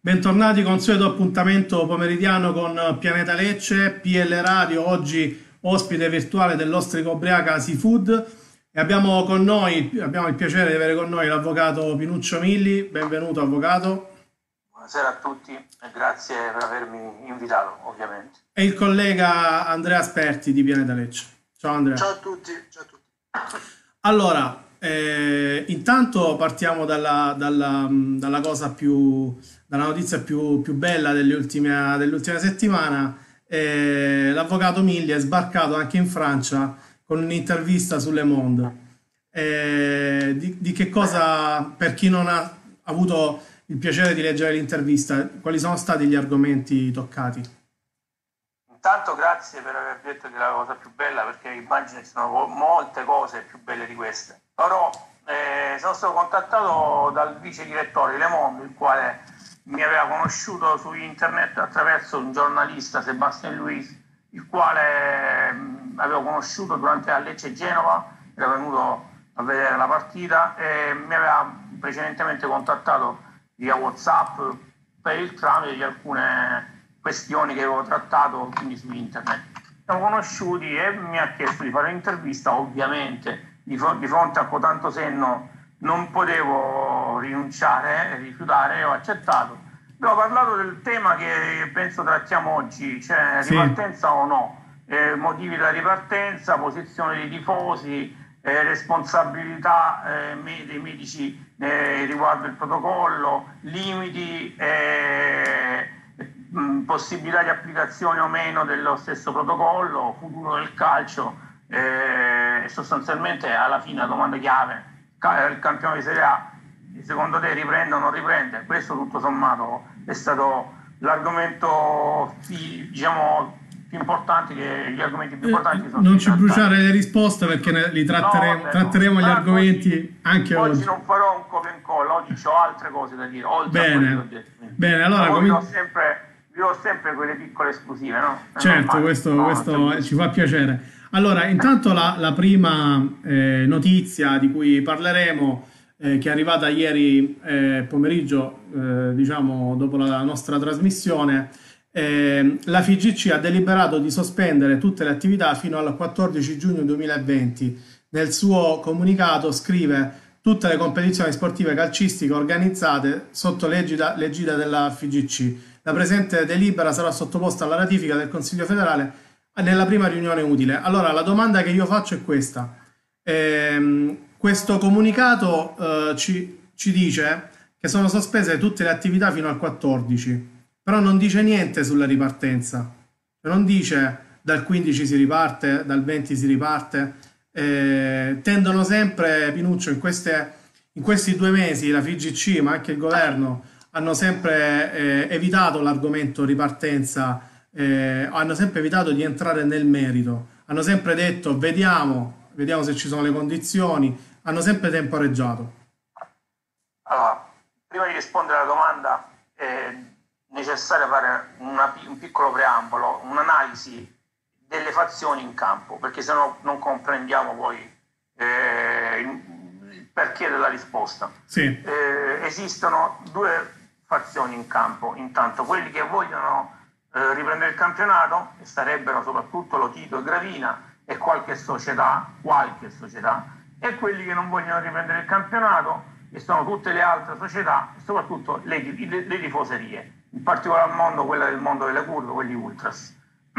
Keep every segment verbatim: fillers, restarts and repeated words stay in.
Bentornati con il solito appuntamento pomeridiano con Pianeta Lecce, P L Radio, oggi ospite virtuale dell'Ostrica Ubriaca Seafood e abbiamo con noi, abbiamo il piacere di avere con noi l'avvocato Pinuccio Milli. Benvenuto avvocato. Buonasera a tutti e grazie per avermi invitato ovviamente. E il collega Andrea Sperti di Pianeta Lecce. Ciao Andrea. Ciao a tutti. Ciao a tutti. Allora, eh, intanto partiamo dalla, dalla, dalla cosa più... dalla notizia più, più bella dell'ultima dell'ultima settimana. Eh, l'avvocato Milli è sbarcato anche in Francia con un'intervista su Le Monde. Eh, di, di che cosa, per chi non ha avuto il piacere di leggere l'intervista, quali sono stati gli argomenti toccati? Intanto grazie per aver detto che è la cosa più bella, perché immagino ci sono molte cose più belle di queste. Però eh, sono stato contattato dal vice direttore di Le Monde, il quale mi aveva conosciuto su internet attraverso un giornalista, Sébastien Louis, il quale mh, avevo conosciuto durante la Lecce Genova, era venuto a vedere la partita e mi aveva precedentemente contattato via WhatsApp per il tramite di alcune questioni che avevo trattato quindi su internet. Siamo conosciuti e mi ha chiesto di fare un'intervista, ovviamente di, fr di fronte a cotanto senno non potevo rinunciare, rifiutare, ho accettato. Abbiamo parlato del tema che penso trattiamo oggi, cioè Sì. ripartenza o no, eh, motivi della ripartenza, posizione dei tifosi, eh, responsabilità eh, me dei medici eh, riguardo il protocollo, limiti, eh, mh, possibilità di applicazione o meno dello stesso protocollo, futuro del calcio, eh, sostanzialmente alla fine la domanda chiave. Il campione di Serie A, secondo te riprende o non riprende? Questo tutto sommato è stato l'argomento diciamo più importante, che gli argomenti più importanti sono non ci bruciare le risposte perché ne, li tratteremo, no, tratteremo gli argomenti oggi, anche oggi. Oggi non farò un copia e incolla, oggi ho altre cose da dire, oltre Bene. a quello che ho detto. Quindi, Bene, allora vi comin- do sempre, vi do sempre quelle piccole esclusive, no? È certo, normale. questo, No, questo ci fa piacere. Allora, intanto la, la prima eh, notizia di cui parleremo, eh, che è arrivata ieri eh, pomeriggio, eh, diciamo dopo la nostra trasmissione, eh, la F I G C ha deliberato di sospendere tutte le attività fino al quattordici giugno duemilaventi. Nel suo comunicato scrive: tutte le competizioni sportive calcistiche organizzate sotto l'egida della F I G C. La presente delibera sarà sottoposta alla ratifica del Consiglio federale nella prima riunione utile. Allora, la domanda che io faccio è questa. Ehm, questo comunicato eh, ci, ci dice che sono sospese tutte le attività fino al quattordici, però non dice niente sulla ripartenza. Non dice dal quindici si riparte, dal venti si riparte. Eh, tendono sempre, Pinuccio, in, queste, in questi due mesi la F I G C ma anche il governo hanno sempre eh, evitato l'argomento ripartenza. Eh, hanno sempre evitato di entrare nel merito, hanno sempre detto vediamo, vediamo se ci sono le condizioni, hanno sempre temporeggiato. Allora, prima di rispondere alla domanda è necessario fare una, un piccolo preambolo, un'analisi delle fazioni in campo, perché se no non comprendiamo poi eh, il perché della risposta. Sì. Eh, esistono due fazioni in campo, intanto quelli che vogliono Eh, riprendere il campionato, e sarebbero soprattutto Lotito e Gravina e qualche società, qualche società, e quelli che non vogliono riprendere il campionato, e sono tutte le altre società, e soprattutto le, le, le tifoserie, in particolar modo quella del mondo delle curve, quelli ultras,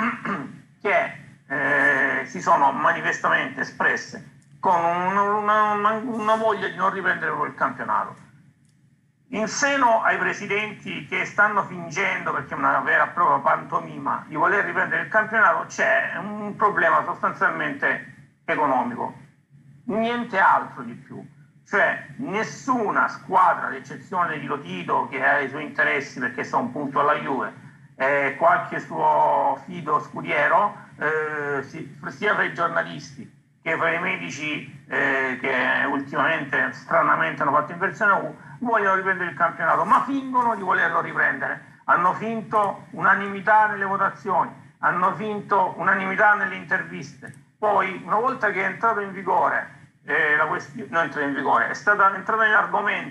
che eh, si sono manifestamente espresse con una, una, una voglia di non riprendere il campionato. In seno ai presidenti che stanno fingendo, perché è una vera e propria pantomima, di voler riprendere il campionato, c'è un problema sostanzialmente economico, niente altro di più. Cioè nessuna squadra, ad eccezione di Lotito che ha i suoi interessi perché sta un punto alla Juve, e qualche suo fido scudiero, eh, sia fra i giornalisti che fra i medici eh, che ultimamente stranamente hanno fatto inversione U, vogliono riprendere il campionato, ma fingono di volerlo riprendere. Hanno finto unanimità nelle votazioni, hanno finto unanimità nelle interviste. Poi, una volta che è entrato in vigore, eh, la questione, non entrato in vigore, è stata entrata nell'argomento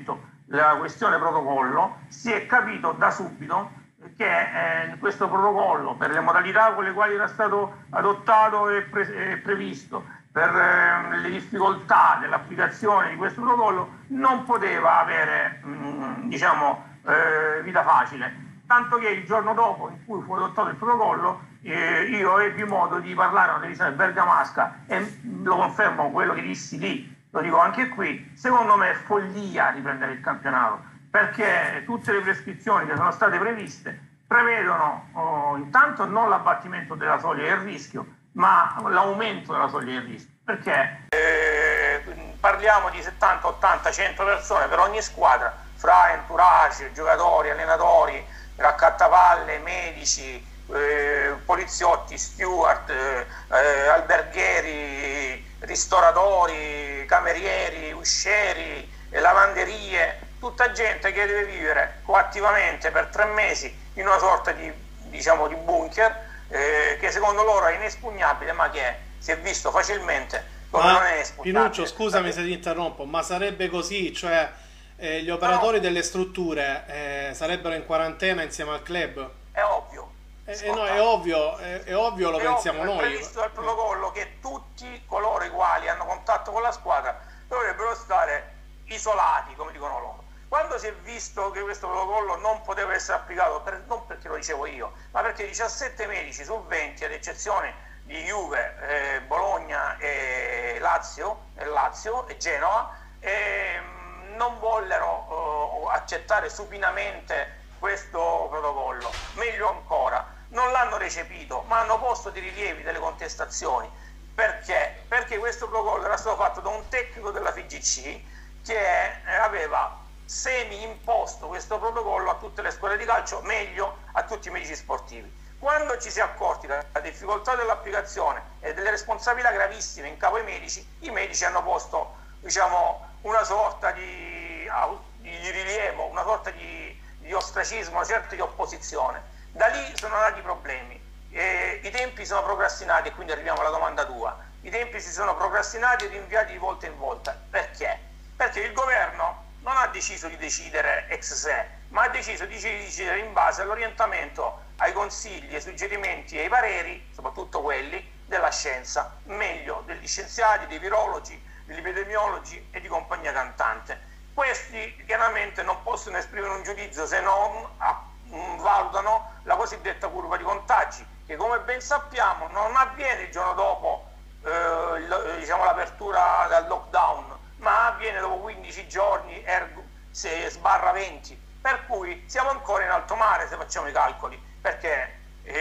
la questione protocollo, si è capito da subito che eh, questo protocollo, per le modalità con le quali era stato adottato e, pre- e previsto, per eh, le difficoltà dell'applicazione di questo protocollo, non poteva avere mh, diciamo, eh, vita facile. Tanto che il giorno dopo in cui fu adottato il protocollo, eh, io ebbi modo di parlare a una televisione bergamasca e lo confermo quello che dissi lì, lo dico anche qui, secondo me è follia riprendere il campionato, perché tutte le prescrizioni che sono state previste prevedono oh, intanto non l'abbattimento della soglia del rischio, ma l'aumento della soglia del rischio, perché eh, parliamo di settanta, ottanta, cento persone per ogni squadra, fra entourage, giocatori, allenatori, raccattavalle, medici, eh, poliziotti, steward, eh, eh, alberghieri, ristoratori, camerieri, uscieri, eh, lavanderie, tutta gente che deve vivere coattivamente per tre mesi in una sorta di, diciamo, di bunker eh, che secondo loro è inespugnabile, ma che si è visto facilmente come non è inespugnabile. Pinuccio, scusami se ti interrompo, ma sarebbe così, cioè eh, gli operatori no. delle strutture eh, sarebbero in quarantena insieme al club? È ovvio. Eh, no, è ovvio, è, è ovvio, lo è pensiamo ovvio, noi. È previsto dal protocollo che tutti coloro i quali hanno contatto con la squadra dovrebbero stare isolati, come dicono loro. Quando si è visto che questo protocollo non poteva essere applicato, per, non perché lo dicevo io, ma perché diciassette medici su venti, ad eccezione di Juve, eh, Bologna e Lazio, e Lazio e Genova, eh, non vollero eh, accettare supinamente questo protocollo. Meglio ancora, non l'hanno recepito, ma hanno posto dei rilievi, delle contestazioni. Perché? Perché questo protocollo era stato fatto da un tecnico della F I G C che aveva semi imposto questo protocollo a tutte le scuole di calcio, meglio a tutti i medici sportivi. Quando ci si è accorti della difficoltà dell'applicazione e delle responsabilità gravissime in capo ai medici, i medici hanno posto, diciamo, una sorta di, di rilievo, una sorta di, di ostracismo, una certa di opposizione. Da lì sono nati i problemi. E i tempi sono procrastinati, e quindi arriviamo alla domanda tua. I tempi si sono procrastinati e rinviati di volta in volta. Perché? Perché il governo non ha deciso di decidere ex se, ma ha deciso di decidere in base all'orientamento, ai consigli, ai suggerimenti e ai pareri, soprattutto quelli della scienza, meglio degli scienziati, dei virologi, degli epidemiologi e di compagnia cantante. Questi chiaramente non possono esprimere un giudizio se non a, mh, valutano la cosiddetta curva di contagi, che come ben sappiamo non avviene il giorno dopo eh, il, diciamo, l'apertura del lockdown, ma avviene dopo quindici giorni, ergo se sbarra venti, per cui siamo ancora in alto mare se facciamo i calcoli, perché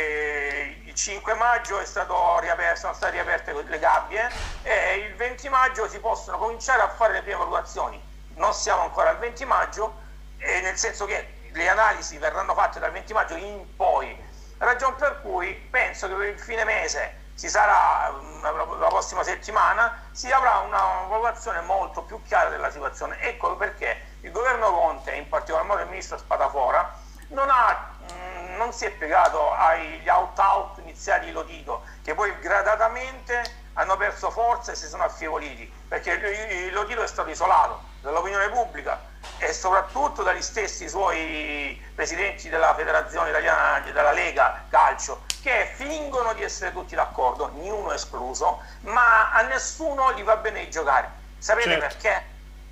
eh, il cinque maggio è stato riaperto, sono state riaperte le gabbie e il venti maggio si possono cominciare a fare le prime valutazioni. Non siamo ancora al venti maggio, eh, nel senso che le analisi verranno fatte dal venti maggio in poi, ragion per cui penso che per il fine mese si sarà, la prossima settimana, si avrà una valutazione molto più chiara della situazione. Ecco perché il governo Conte, in particolar modo il ministro Spadafora, non, ha, mh, non si è piegato agli out-out iniziali di Lotito, che poi gradatamente hanno perso forza e si sono affievoliti, perché Lotito è stato isolato dall'opinione pubblica e soprattutto dagli stessi suoi presidenti della federazione italiana, della Lega Calcio, che fingono di essere tutti d'accordo, niuno escluso, ma a nessuno gli va bene di giocare. Sapete certo. perché?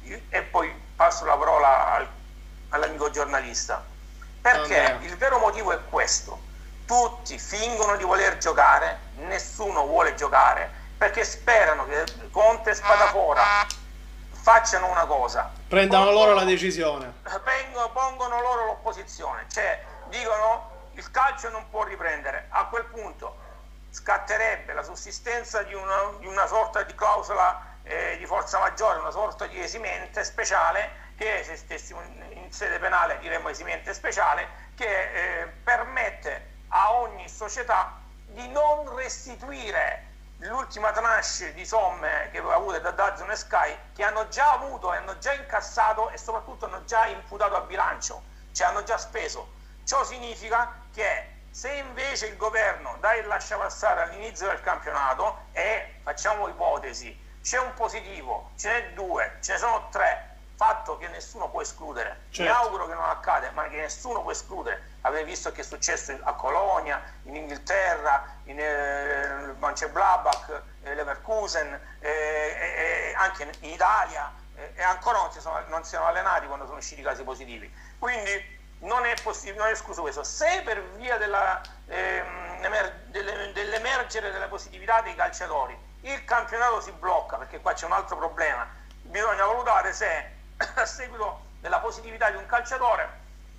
E poi passo la parola al, all'amico giornalista. Perché oh, il vero motivo è questo: tutti fingono di voler giocare, nessuno vuole giocare, perché sperano che Conte e Spadafora facciano una cosa, prendano pongono, loro la decisione, pongono, pongono loro l'opposizione, cioè dicono il calcio non può riprendere. A quel punto scatterebbe la sussistenza di una, di una sorta di clausola eh, di forza maggiore, una sorta di esimente speciale, che se stessimo in sede penale diremmo esimente speciale, che eh, permette a ogni società di non restituire l'ultima tranche di somme che aveva avuto da DAZN e Sky, che hanno già avuto e hanno già incassato e soprattutto hanno già imputato a bilancio, cioè hanno già speso. Ciò significa che se invece il governo dà il lascia passare all'inizio del campionato e, facciamo ipotesi, c'è un positivo, ce n'è due, ce ne sono tre, fatto che nessuno può escludere. Certo. Mi auguro che non accade, ma che nessuno può escludere. Avete visto che è successo a Colonia, in Inghilterra, in eh, Mönchengladbach, eh, Leverkusen, eh, eh, anche in Italia, eh, e ancora non si, sono, non si sono allenati quando sono usciti i casi positivi. Quindi non è possibile, non è escluso questo. Se per via della, ehm, emer- delle, dell'emergere della positività dei calciatori il campionato si blocca, perché qua c'è un altro problema, bisogna valutare se a seguito della positività di un calciatore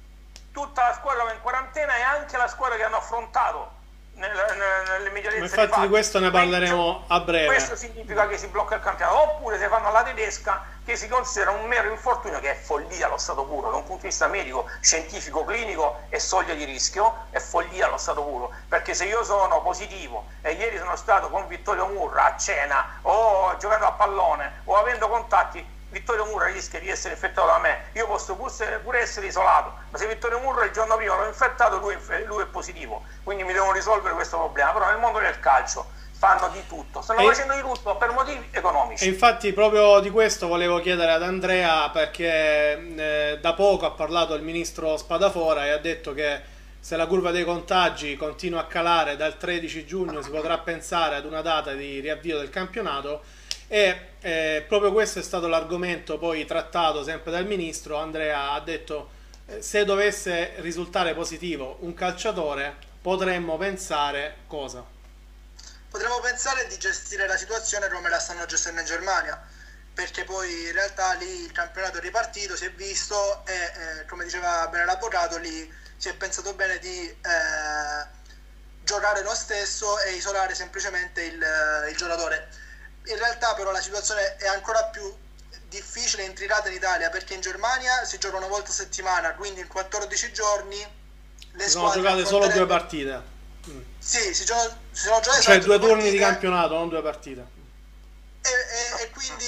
tutta la squadra va in quarantena e anche la squadra che hanno affrontato nell'immediatezza. Infatti di questo ne parleremo a breve. Questo significa che si blocca il campionato, oppure se fanno alla tedesca, che si considera un mero infortunio, che è follia allo stato puro da un punto di vista medico, scientifico, clinico e soglia di rischio, è follia allo stato puro, perché se io sono positivo e ieri sono stato con Vittorio Murra a cena o giocando a pallone o avendo contatti, Vittorio Murra rischia di essere infettato da me, io posso pure essere isolato, ma se Vittorio Murra il giorno prima l'ho infettato, lui, lui è positivo, quindi mi devono risolvere questo problema. Però nel mondo del calcio fanno di tutto, stanno e, facendo di tutto per motivi economici. E infatti proprio di questo volevo chiedere ad Andrea, perché eh, da poco ha parlato il ministro Spadafora e ha detto che se la curva dei contagi continua a calare dal tredici giugno si potrà pensare ad una data di riavvio del campionato. E eh, proprio questo è stato l'argomento poi trattato sempre dal ministro. Andrea ha detto eh, se dovesse risultare positivo un calciatore potremmo pensare cosa? Potremmo pensare di gestire la situazione come la stanno gestendo in Germania, perché poi in realtà lì il campionato è ripartito, si è visto e eh, come diceva bene l'avvocato, lì si è pensato bene di eh, giocare lo stesso e isolare semplicemente il, il giocatore. In realtà però la situazione è ancora più difficile e intricata in Italia, perché in Germania si gioca una volta a settimana, quindi in quattordici giorni le sono giocate solo due partite. Mm. Sì, si, gioca, si sono giocate cioè due turni partite. Di campionato, non due partite. E, e, e quindi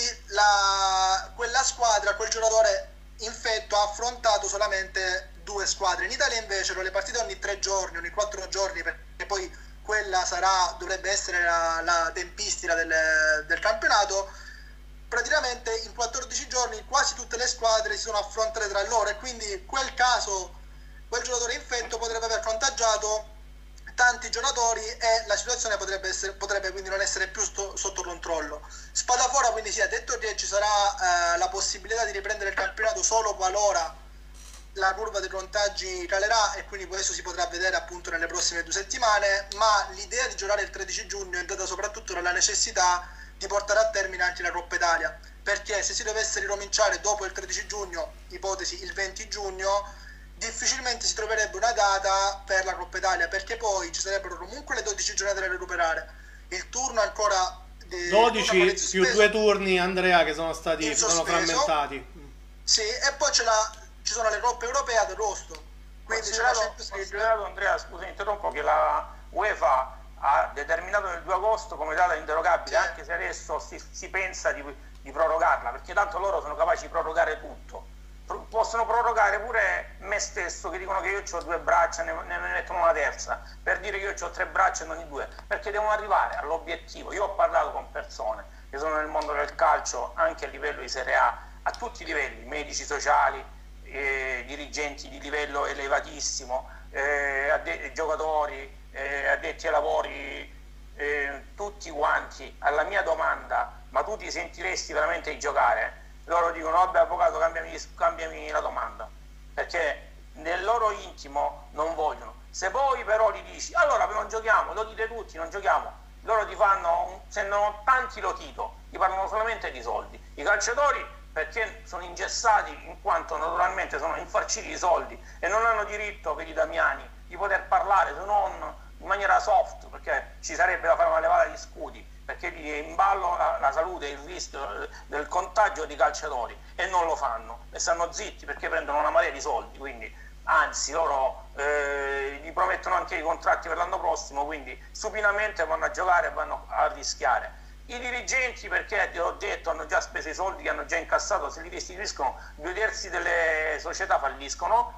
la, quella squadra, quel giocatore infetto ha affrontato solamente due squadre. In Italia invece le partite ogni tre giorni, ogni quattro giorni, perché poi quella sarà, dovrebbe essere la, la tempistica del, del campionato. Praticamente in quattordici giorni quasi tutte le squadre si sono affrontate tra loro, e quindi quel caso, quel giocatore infetto potrebbe aver contagiato tanti giocatori e la situazione potrebbe, essere, potrebbe quindi non essere più sto, sotto controllo. Spadafora quindi si sì, ha detto che ci sarà eh, la possibilità di riprendere il campionato solo qualora la curva dei contagi calerà, e quindi questo si potrà vedere appunto nelle prossime due settimane, ma l'idea di giocare il tredici giugno è data soprattutto dalla necessità di portare a termine anche la Coppa Italia, perché se si dovesse ricominciare dopo il tredici giugno, ipotesi il venti giugno, difficilmente si troverebbe una data per la Coppa Italia, perché poi ci sarebbero comunque le dodici giornate da recuperare, il turno ancora di, dodici più due turni, Andrea, che sono stati sono frammentati. Sì, e poi c'è la ci sono le coppe europee ad agosto, quindi c'è la considerato, Andrea, scusa, interrompo, che la UEFA ha determinato il due agosto come data inderogabile, sì. Anche se adesso si, si pensa di, di prorogarla, perché tanto loro sono capaci di prorogare tutto. Pro, possono prorogare pure me stesso, che dicono che io ho due braccia, ne, ne mettono una terza, per dire che io ho tre braccia e non i due, perché devono arrivare all'obiettivo. Io ho parlato con persone che sono nel mondo del calcio, anche a livello di Serie A, a tutti i livelli, medici, sociali, Eh, dirigenti di livello elevatissimo, eh, adde- giocatori, eh, addetti ai lavori, eh, tutti quanti alla mia domanda: ma tu ti sentiresti veramente di giocare? Loro dicono: vabbè avvocato, cambiami, cambiami la domanda, perché nel loro intimo non vogliono. Se poi però gli dici allora non giochiamo, lo dite tutti, non giochiamo, loro ti fanno, se non ho tanti lo tito, ti parlano solamente di soldi. I calciatori perché sono ingessati, in quanto naturalmente sono infarciti di soldi e non hanno diritto, per i Damiani, di poter parlare, se non in maniera soft, perché ci sarebbe da fare una levata di scudi, perché lì è in ballo la, la salute e il rischio del contagio di calciatori, e non lo fanno, e stanno zitti perché prendono una marea di soldi, quindi anzi loro eh, gli promettono anche i contratti per l'anno prossimo, quindi supinamente vanno a giocare e vanno a rischiare. I dirigenti, perché ti ho detto, hanno già speso i soldi che hanno già incassato, se li restituiscono due terzi delle società falliscono,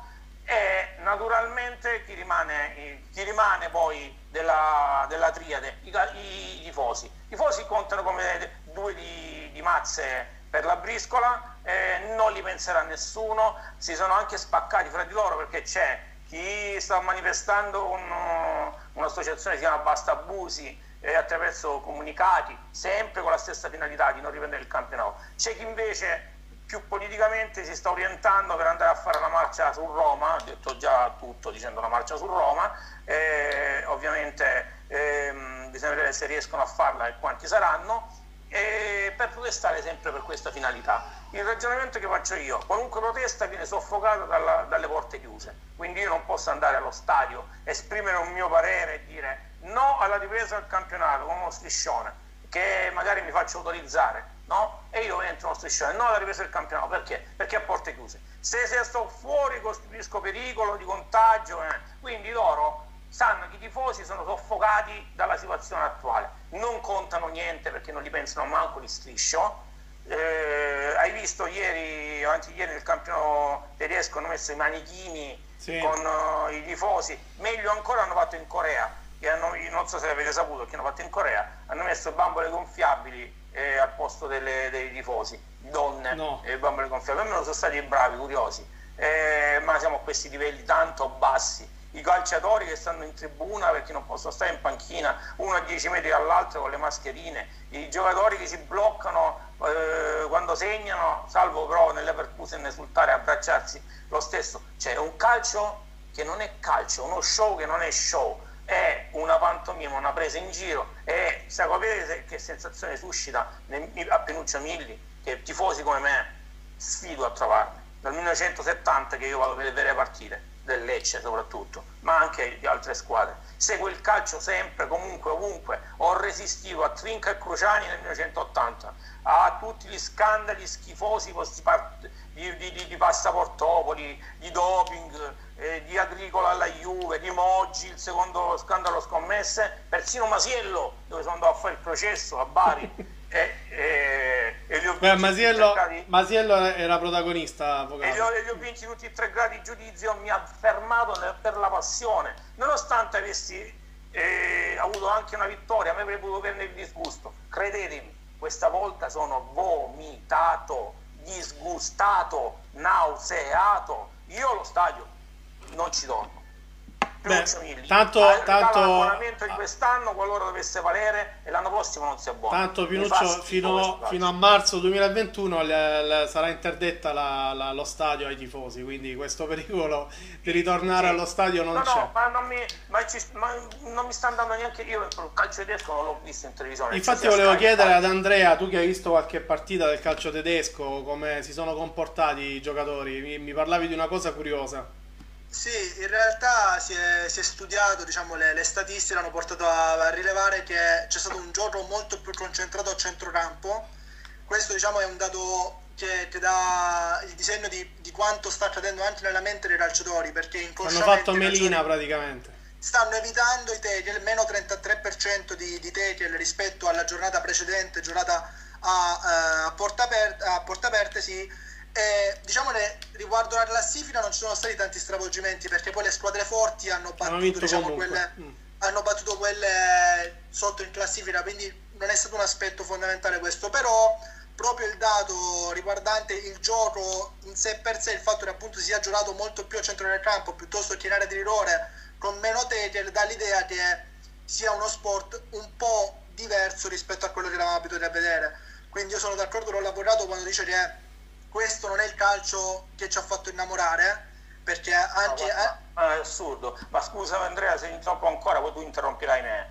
e naturalmente chi rimane, chi rimane poi della, della triade? I, i, i tifosi. I tifosi contano come due di, di mazze per la briscola, eh, non li penserà nessuno, si sono anche spaccati fra di loro perché c'è chi sta manifestando un, un'associazione che si chiama Basta Abusi eh, attraverso comunicati, sempre con la stessa finalità di non riprendere il campionato. C'è chi invece più politicamente si sta orientando per andare a fare la marcia su Roma, ho detto già tutto dicendo la marcia su Roma, eh, ovviamente ehm, bisogna vedere se riescono a farla e quanti saranno, e per protestare sempre per questa finalità. Il ragionamento che faccio io: qualunque protesta viene soffocata dalla, dalle porte chiuse, quindi io non posso andare allo stadio, esprimere un mio parere e dire no alla ripresa del campionato con uno striscione che magari mi faccio autorizzare, no? E io entro uno striscione, no alla ripresa del campionato, perché? Perché a porte chiuse. Se, se sto fuori costituisco pericolo di contagio, eh. Quindi loro sanno che i tifosi sono soffocati dalla situazione attuale, non contano niente perché non li pensano manco di striscio. Eh, hai visto ieri, avanti ieri nel campionato tedesco hanno messo i manichini sì. con uh, i tifosi, meglio ancora hanno fatto in Corea, che hanno, non so se avete saputo che hanno fatto in Corea, hanno messo bambole gonfiabili eh, al posto delle, dei tifosi, donne no. e bambole gonfiabili, almeno sono stati bravi, curiosi, eh, ma siamo a questi livelli tanto bassi. I calciatori che stanno in tribuna perché non possono stare in panchina uno a dieci metri dall'altro con le mascherine, i giocatori che si bloccano eh, quando segnano, salvo però nelle Leverkusen esultare e abbracciarsi lo stesso. C'è un calcio che non è calcio, uno show che non è show, è una pantomima, una presa in giro, e sapete che sensazione suscita a Pinuccio Milli, che tifosi come me sfido a trovarne, dal millenovecentosettanta che io vado a vedere partite del Lecce soprattutto, ma anche di altre squadre. Seguo il calcio sempre, comunque, ovunque. Ho resistito a Trinca e Cruciani nel millenovecentottanta, a tutti gli scandali schifosi di, di, di, di Passaportopoli, di doping, eh, di Agricola alla Juve, di Moggi, il secondo scandalo scommesse, persino Masiello, dove sono andato a fare il processo a Bari. E, e, e li ho Beh, Masiello, Masiello era protagonista e li, ho, e li ho vinti tutti e tre gradi di giudizio. Mi ha fermato nel, per la passione, nonostante avessi eh, avuto anche una vittoria, mi avrei potuto prendere il disgusto. Credetemi, questa volta sono vomitato, disgustato, nauseato. Io allo stadio non ci torno. Beh, tanto, tanto l'abbonamento di quest'anno qualora dovesse valere, e l'anno prossimo non si abbona. Tanto Pinuccio fino, fino a marzo duemilaventuno le, le, sarà interdetta la, la, lo stadio ai tifosi, quindi questo pericolo di ritornare sì. allo stadio non no, c'è. No, ma non, mi, ma, ci, ma non mi sta andando neanche io, il calcio tedesco non l'ho visto in televisione. Infatti volevo chiedere ad Andrea, tu che hai visto qualche partita del calcio tedesco, come si sono comportati i giocatori, mi, mi parlavi di una cosa curiosa. Sì, in realtà si è, si è studiato, diciamo, le, le statistiche hanno portato a, a rilevare che c'è stato un gioco molto più concentrato a centrocampo. Questo, diciamo, è un dato che, che dà il disegno di, di quanto sta accadendo anche nella mente dei calciatori, perché inconsciamente hanno fatto melina praticamente. Stanno evitando i tackle, meno trentatré per cento di, di tackle rispetto alla giornata precedente, giornata a, a, porta, aperta, a porta aperte, sì. Eh, diciamo che riguardo la classifica non ci sono stati tanti stravolgimenti, perché poi le squadre forti hanno battuto, diciamo, quelle, mm. hanno battuto quelle sotto in classifica, quindi non è stato un aspetto fondamentale questo. Però proprio il dato riguardante il gioco in sé per sé, il fatto che appunto si sia giocato molto più al centro del campo piuttosto che in area di rigore con meno tackle, dà l'idea che sia uno sport un po' diverso rispetto a quello che eravamo abituati a vedere. Quindi io sono d'accordo con l'avvocato quando dice che questo non è il calcio che ci ha fatto innamorare, perché anche... No, ma, ma è assurdo. Ma scusa Andrea se interrompo ancora, poi tu interromperai me.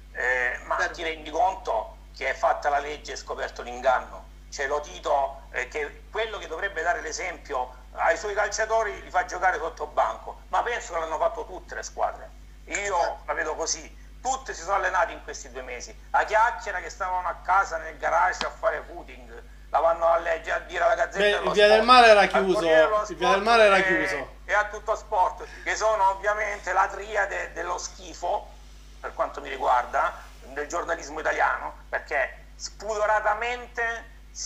Eh, ma Beh. ti rendi conto che è fatta la legge e scoperto l'inganno? Cioè lo Tito, eh, che quello che dovrebbe dare l'esempio ai suoi calciatori, li fa giocare sotto banco, ma penso che l'hanno fatto tutte le squadre. Io la vedo così. Tutte si sono allenate in questi due mesi. A chiacchiera che stavano a casa nel garage a fare footing, la vanno a leggere, a dire alla Gazzetta. Beh, il Via del Mare era chiuso, il Via del Mare era chiuso. E a Tutto Sport, che sono ovviamente la triade dello schifo, per quanto mi riguarda, del giornalismo italiano, perché spudoratamente,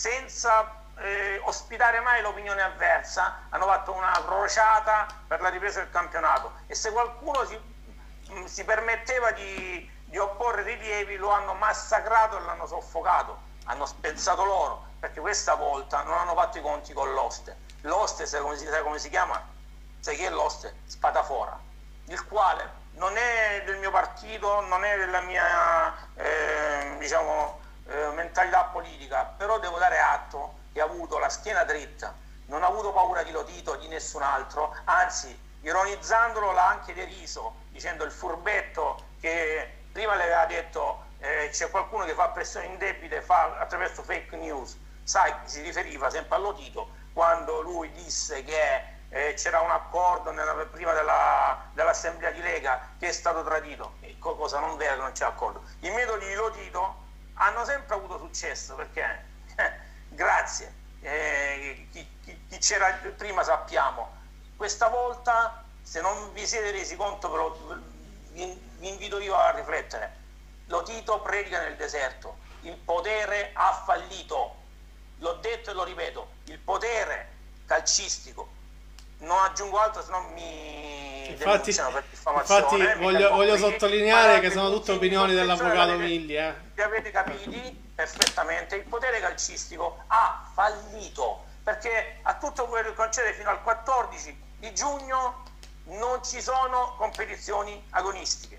senza eh, ospitare mai l'opinione avversa, hanno fatto una crociata per la ripresa del campionato, e se qualcuno si, si permetteva di, di opporre rilievi, lo hanno massacrato e l'hanno soffocato, hanno spezzato loro. perché questa volta non hanno fatto i conti con l'Oste. L'Oste, sai come si, sai come si chiama? Sai chi è l'Oste? Spadafora, il quale non è del mio partito, non è della mia eh, diciamo, eh, mentalità politica, però devo dare atto che ha avuto la schiena dritta, non ha avuto paura di Lotito, di nessun altro, anzi ironizzandolo l'ha anche deriso, dicendo il furbetto che prima le aveva detto eh, c'è qualcuno che fa pressione indebita e fa attraverso fake news. Sai, si riferiva sempre a Lotito quando lui disse che eh, c'era un accordo nella, prima della, dell'assemblea di Lega che è stato tradito, e cosa non vera, che non c'è accordo. I metodi di Lotito hanno sempre avuto successo perché eh, grazie, eh, chi, chi, chi c'era prima sappiamo. Questa volta, se non vi siete resi conto, però vi, vi invito io a riflettere. Lotito predica nel deserto, il potere ha fallito, l'ho detto e lo ripeto, il potere calcistico, non aggiungo altro se non mi infatti, per diffamazione. Infatti voglio, voglio sottolineare che sono tutte opinioni dell'avvocato Milli. Eh. Vi avete capiti perfettamente, il potere calcistico ha fallito, perché a tutto quello che concede fino al quattordici di giugno non ci sono competizioni agonistiche.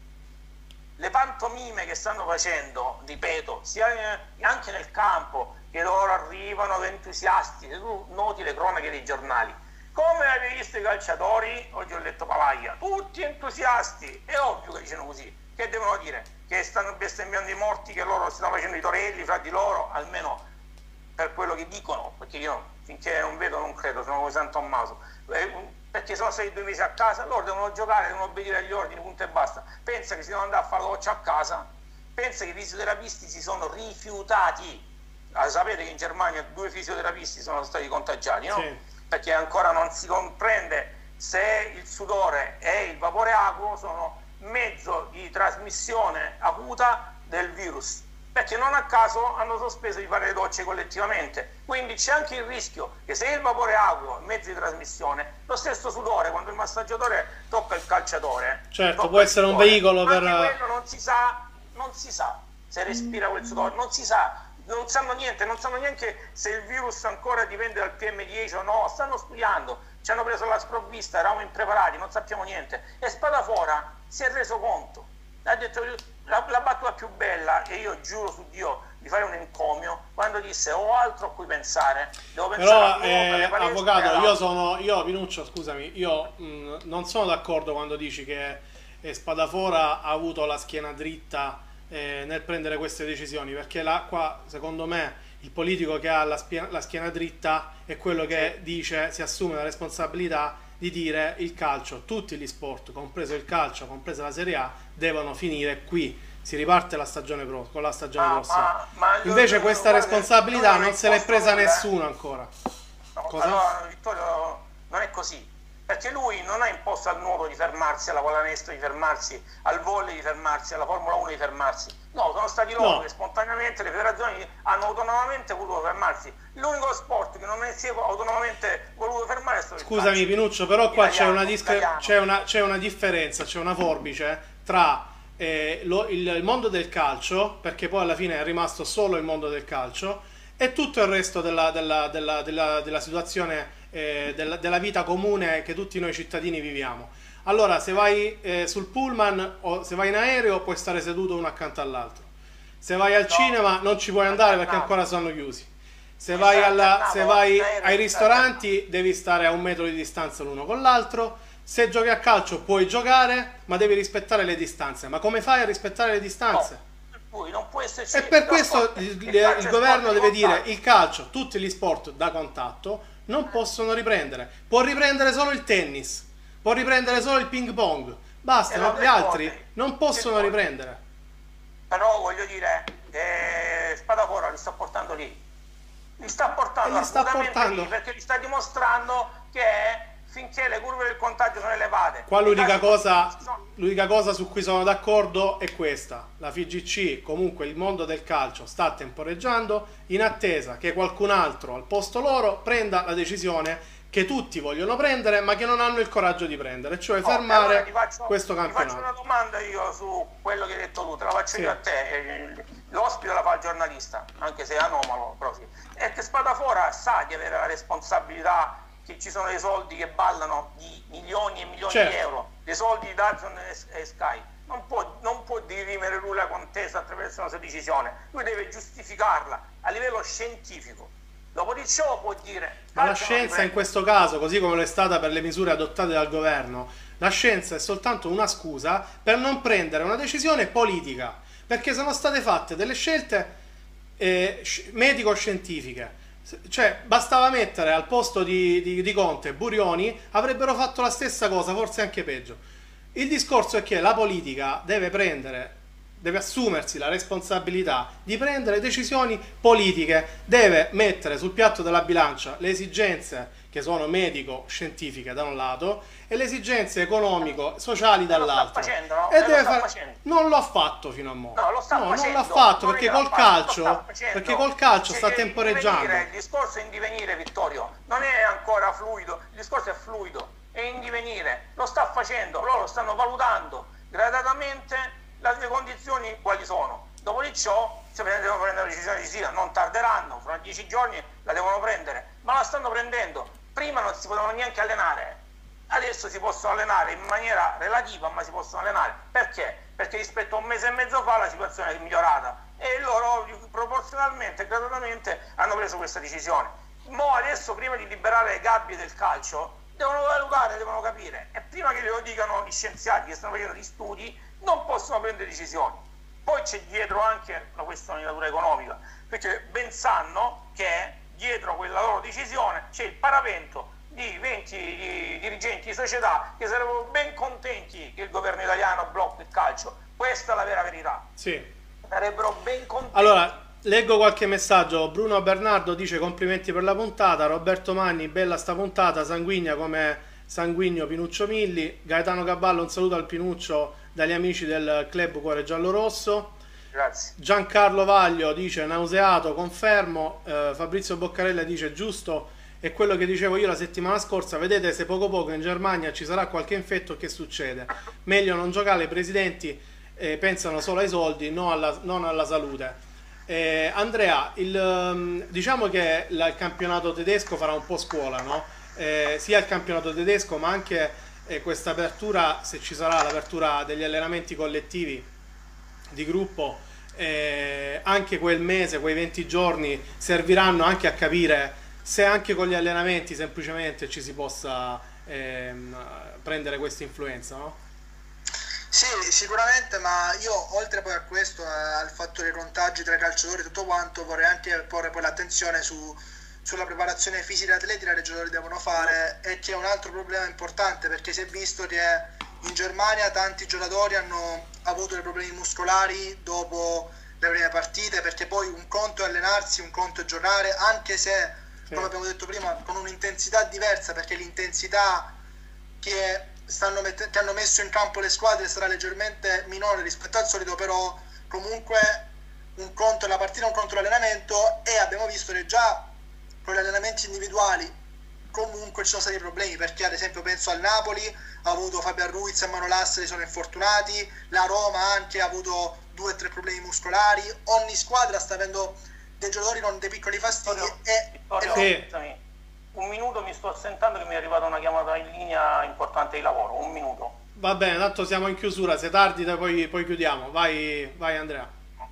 Le pantomime che stanno facendo, ripeto, sia anche nel campo, che loro arrivano entusiasti, se tu noti le cronache dei giornali, come avete visto i calciatori, oggi ho letto Pavaglia, tutti entusiasti, è ovvio che dicono così, che devono dire? Che stanno bestemmiando i morti, che loro stanno facendo i torelli fra di loro, almeno per quello che dicono, perché io finché non vedo non credo, sono come San Tommaso, eh, perché sono stati due mesi a casa, loro devono giocare, devono obbedire agli ordini, punto e basta. Pensa che si devono andare a fare la doccia a casa, pensa che i fisioterapisti si sono rifiutati. Ah, sapete che in Germania due fisioterapisti sono stati contagiati, no? Sì. Perché ancora non si comprende se il sudore e il vapore acqueo sono mezzo di trasmissione acuta del virus, perché non a caso hanno sospeso di fare le docce collettivamente. Quindi c'è anche il rischio che se il vapore acqueo è mezzo di trasmissione, lo stesso sudore, quando il massaggiatore tocca il calciatore, certo, può essere un veicolo per... quello non si sa, non si sa se respira quel sudore, non si sa, non sanno niente, non sanno neanche se il virus ancora dipende dal P M dieci o no, stanno studiando, ci hanno preso la sprovvista, eravamo impreparati, non sappiamo niente. E Spadafora si è reso conto, ha detto la, la battuta più bella, e io giuro su Dio di fare un encomio, quando disse ho altro a cui pensare, devo pensare. Però eh, avvocato, io sono, io Pinuccio, scusami, io mh, non sono d'accordo quando dici che eh, Spadafora ha avuto la schiena dritta eh, nel prendere queste decisioni, perché là, qua secondo me il politico che ha la, la schiena dritta è quello che sì. dice, si assume la responsabilità di dire il calcio, tutti gli sport, compreso il calcio, compresa la Serie A, devono finire qui, si riparte la stagione pro, con la stagione ah, prossima. Ma, ma invece questa responsabilità non, non se l'è presa nulla. nessuno ancora. No, Cosa? Allora Vittorio, non è così, perché lui non ha imposto al nuoto di fermarsi, alla pallacanestro di fermarsi, al volley di fermarsi, alla Formula uno di fermarsi. No, sono stati loro no. che spontaneamente le federazioni hanno autonomamente voluto fermarsi. L'unico sport che non si è autonomamente voluto fermare è stato il Scusami calcio. Pinuccio, però qua c'è una, c'è una, una differenza, c'è una forbice tra eh, lo, il, il mondo del calcio, perché poi alla fine è rimasto solo il mondo del calcio, e tutto il resto della, della, della, della, della situazione, eh, della, della vita comune che tutti noi cittadini viviamo. Allora, se vai eh, sul pullman o se vai in aereo puoi stare seduto uno accanto all'altro. Se vai al no. cinema non ci puoi andare perché ancora sono chiusi. Se vai, alla, se vai ai ristoranti devi stare a un metro di distanza l'uno con l'altro. Se giochi a calcio puoi giocare, ma devi rispettare le distanze. Ma come fai a rispettare le distanze? No, non può esserci. E per questo il, il, il governo deve dire il calcio, tutti gli sport da contatto non possono riprendere. Può riprendere solo il tennis. Può riprendere solo il ping pong, basta, ma gli altri non possono riprendere. Però voglio dire, eh, Spadafora li sta portando lì, li sta portando, li sta portando. Lì perché gli sta dimostrando che finché le curve del contagio sono elevate. Qua l'unica cosa, l'unica cosa su cui sono d'accordo è questa: la F I G C, comunque il mondo del calcio, sta temporeggiando in attesa che qualcun altro al posto loro prenda la decisione che tutti vogliono prendere ma che non hanno il coraggio di prendere, cioè oh, fermare allora faccio, questo campionato. Ti faccio una domanda io su quello che hai detto tu, te la faccio sì. io a te. l'ospite la fa il giornalista, anche se è anomalo, però sì. E che Spadafora sa di avere la responsabilità che ci sono dei soldi che ballano di milioni e milioni certo. di euro, dei soldi di Dazon e, e Sky. Non può, non può dirimere lui la contesa attraverso una sua decisione, lui deve giustificarla a livello scientifico. Dopo di ciò può dire... Ma la scienza in questo caso, così come lo è stata per le misure adottate dal governo, la scienza è soltanto una scusa per non prendere una decisione politica, perché sono state fatte delle scelte eh, medico-scientifiche. Cioè bastava mettere al posto di, di, di Conte Burioni, avrebbero fatto la stessa cosa, forse anche peggio. Il discorso è che la politica deve prendere, deve assumersi la responsabilità di prendere decisioni politiche, deve mettere sul piatto della bilancia le esigenze che sono medico-scientifiche da un lato e le esigenze economico-sociali dall'altro. No? E deve fare... Non lo ha fatto fino a mo'. No, lo sta no facendo. non l'ha fatto non perché col calcio, facendo. perché col calcio Cioè, sta temporeggiando. Il discorso è in divenire, Vittorio, non è ancora fluido, il discorso è fluido, è in divenire, lo sta facendo, loro lo stanno valutando gradatamente le condizioni quali sono. Dopo di ciò, se devono prendere la decisione di sì, non tarderanno, fra dieci giorni la devono prendere, ma la stanno prendendo. Prima non si potevano neanche allenare, adesso si possono allenare in maniera relativa, ma si possono allenare. Perché? Perché rispetto a un mese e mezzo fa la situazione è migliorata e loro proporzionalmente, gradualmente hanno preso questa decisione. Mo adesso, prima di liberare le gabbie del calcio, devono valutare, devono capire, e prima che lo dicano gli scienziati che stanno facendo gli studi, non possono prendere decisioni. Poi c'è dietro anche la questione di natura economica, perché ben sanno che dietro quella loro decisione c'è il paravento di venti di dirigenti di società che sarebbero ben contenti che il governo italiano blocchi il calcio. Questa è la vera verità. Sì. Sarebbero ben contenti. Allora, leggo qualche messaggio. Bruno Bernardo dice complimenti per la puntata. Roberto Manni, bella sta puntata, sanguigna come sanguigno Pinuccio Milli. Gaetano Cavallo, un saluto al Pinuccio dagli amici del club Cuore Giallo Rosso. Grazie. Giancarlo Vaglio dice nauseato, confermo. eh, Fabrizio Boccarella dice giusto, è quello che dicevo io la settimana scorsa, vedete se poco poco in Germania ci sarà qualche infetto, che succede? Meglio non giocare, i presidenti eh, pensano solo ai soldi, no alla, non alla salute. eh, Andrea, il, diciamo che la, il campionato tedesco farà un po' scuola, no? Eh, sia il campionato tedesco ma anche eh, questa apertura, se ci sarà l'apertura degli allenamenti collettivi di gruppo, eh, anche quel mese, quei venti giorni serviranno anche a capire se anche con gli allenamenti semplicemente ci si possa ehm, prendere questa influenza, no? Sì, sicuramente, ma io oltre poi a questo, eh, al fatto dei contagi tra i calciatori e tutto quanto, vorrei anche porre poi l'attenzione su, sulla preparazione fisica e atletica che i giocatori devono fare, e che è un altro problema importante, perché si è visto che in Germania tanti giocatori hanno avuto dei problemi muscolari dopo le prime partite, perché poi un conto è allenarsi, un conto è giocare, anche se, sì, come abbiamo detto prima, con un'intensità diversa, perché l'intensità che, stanno mette- che hanno messo in campo le squadre sarà leggermente minore rispetto al solito, però comunque un conto è la partita, un conto è l'allenamento, e abbiamo visto che già con gli allenamenti individuali comunque ci sono stati problemi, perché ad esempio penso al Napoli ha avuto Fabian Ruiz e Mano Lassari sono infortunati, la Roma anche ha avuto due o tre problemi muscolari, ogni squadra sta avendo dei giocatori con dei piccoli fastidi. Vittorio, e, Vittorio, e non... un minuto, mi sto assentando che mi è arrivata una chiamata in linea importante di lavoro, un minuto. Va bene, tanto siamo in chiusura, se tardi poi, poi chiudiamo, vai, vai Andrea.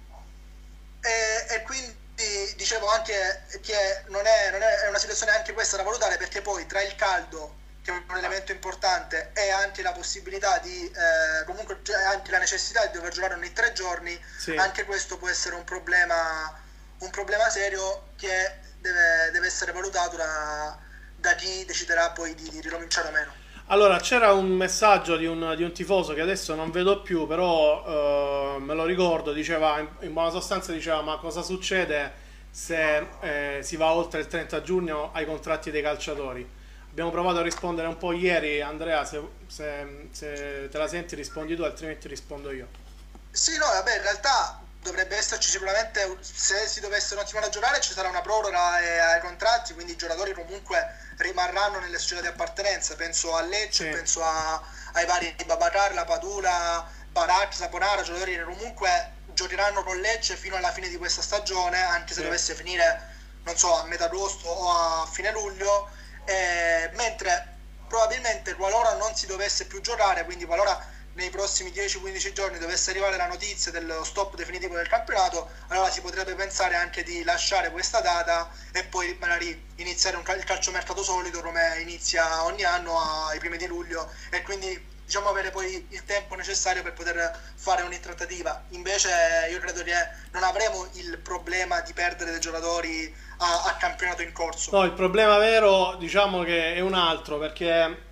E, e quindi dicevo anche che non è, non è una situazione anche questa da valutare, perché poi tra il caldo, che è un elemento importante, e anche la possibilità di eh, comunque anche la necessità di dover giocare ogni tre giorni, sì, anche questo può essere un problema un problema serio che deve, deve essere valutato da, da chi deciderà poi di, di ricominciare o meno. Allora, c'era un messaggio di un, di un tifoso che adesso non vedo più, però eh, me lo ricordo, diceva, in, in buona sostanza diceva: ma cosa succede se eh, si va oltre il trenta giugno ai contratti dei calciatori? Abbiamo provato a rispondere un po' ieri. Andrea, se, se, se te la senti rispondi tu, altrimenti rispondo io. Sì, no, vabbè, in realtà dovrebbe esserci sicuramente, se si dovesse continuare a giocare ci sarà una proroga ai contratti, quindi i giocatori comunque rimarranno nelle società di appartenenza. Penso a Lecce, sì, penso a, ai vari Babacar, La Padula, Barak, Saponara, giocatori che comunque giocheranno con Lecce fino alla fine di questa stagione, anche se sì. dovesse finire, non so, a metà agosto o a fine luglio, eh, mentre probabilmente qualora non si dovesse più giocare, quindi qualora nei prossimi dieci quindici giorni dovesse arrivare la notizia dello stop definitivo del campionato, allora si potrebbe pensare anche di lasciare questa data e poi magari iniziare un cal- il calciomercato solito come inizia ogni anno ai primi di luglio, e quindi diciamo avere poi il tempo necessario per poter fare ogni trattativa. Invece io credo che non avremo il problema di perdere dei giocatori a, a campionato in corso. No, il problema vero diciamo che è un altro, perché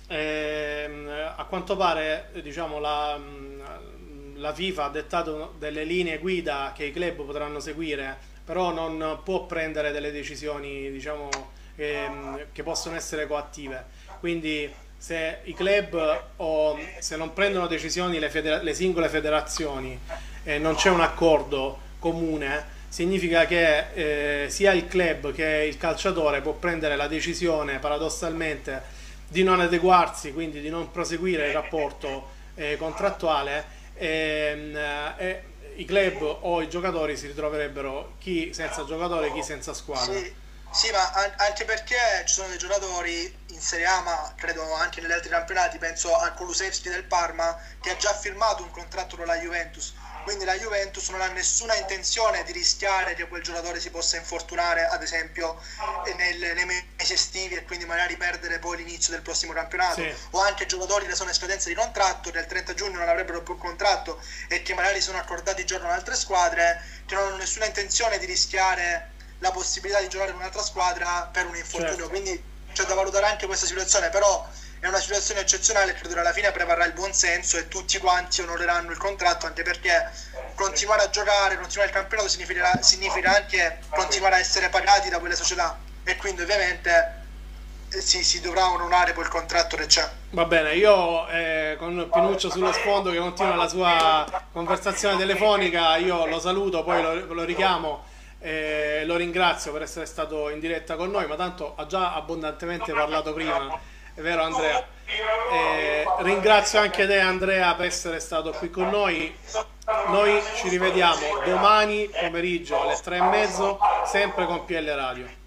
eh, a quanto pare diciamo la, la FIFA ha dettato delle linee guida che i club potranno seguire, però non può prendere delle decisioni diciamo eh, che possono essere coattive. Quindi se i club o se non prendono decisioni le, federa- le singole federazioni e eh, non c'è un accordo comune, significa che eh, sia il club che il calciatore può prendere la decisione paradossalmente di non adeguarsi, quindi di non proseguire il rapporto eh, contrattuale, e, e i club o i giocatori si ritroverebbero chi senza giocatore, chi senza squadra. Sì, sì, ma anche perché ci sono dei giocatori in Serie A, ma credo anche negli altri campionati, penso a Kulusevski del Parma, che ha già firmato un contratto con la Juventus, quindi la Juventus non ha nessuna intenzione di rischiare che quel giocatore si possa infortunare, ad esempio nel, nei mesi estivi, e quindi magari perdere poi l'inizio del prossimo campionato. Sì. O anche giocatori che sono in scadenza di contratto, che il trenta giugno non avrebbero più un contratto e che magari sono accordati giorno in altre squadre, che non hanno nessuna intenzione di rischiare la possibilità di giocare con un'altra squadra per un infortunio. Certo. Quindi c'è da valutare anche questa situazione, però è una situazione eccezionale, credo che alla fine prevarrà il buon senso e tutti quanti onoreranno il contratto, anche perché continuare a giocare, continuare il campionato significa, significa anche continuare a essere pagati da quelle società, e quindi ovviamente si, si dovrà onorare poi il contratto che c'è. Va bene, io eh, con Pinuccio sullo sfondo che continua la sua conversazione telefonica, io lo saluto, poi lo, lo richiamo. Eh, lo ringrazio per essere stato in diretta con noi, ma tanto ha già abbondantemente parlato prima, è vero Andrea? Eh, ringrazio anche te Andrea per essere stato qui con noi. Noi ci rivediamo domani pomeriggio alle tre e mezzo, sempre con P L Radio.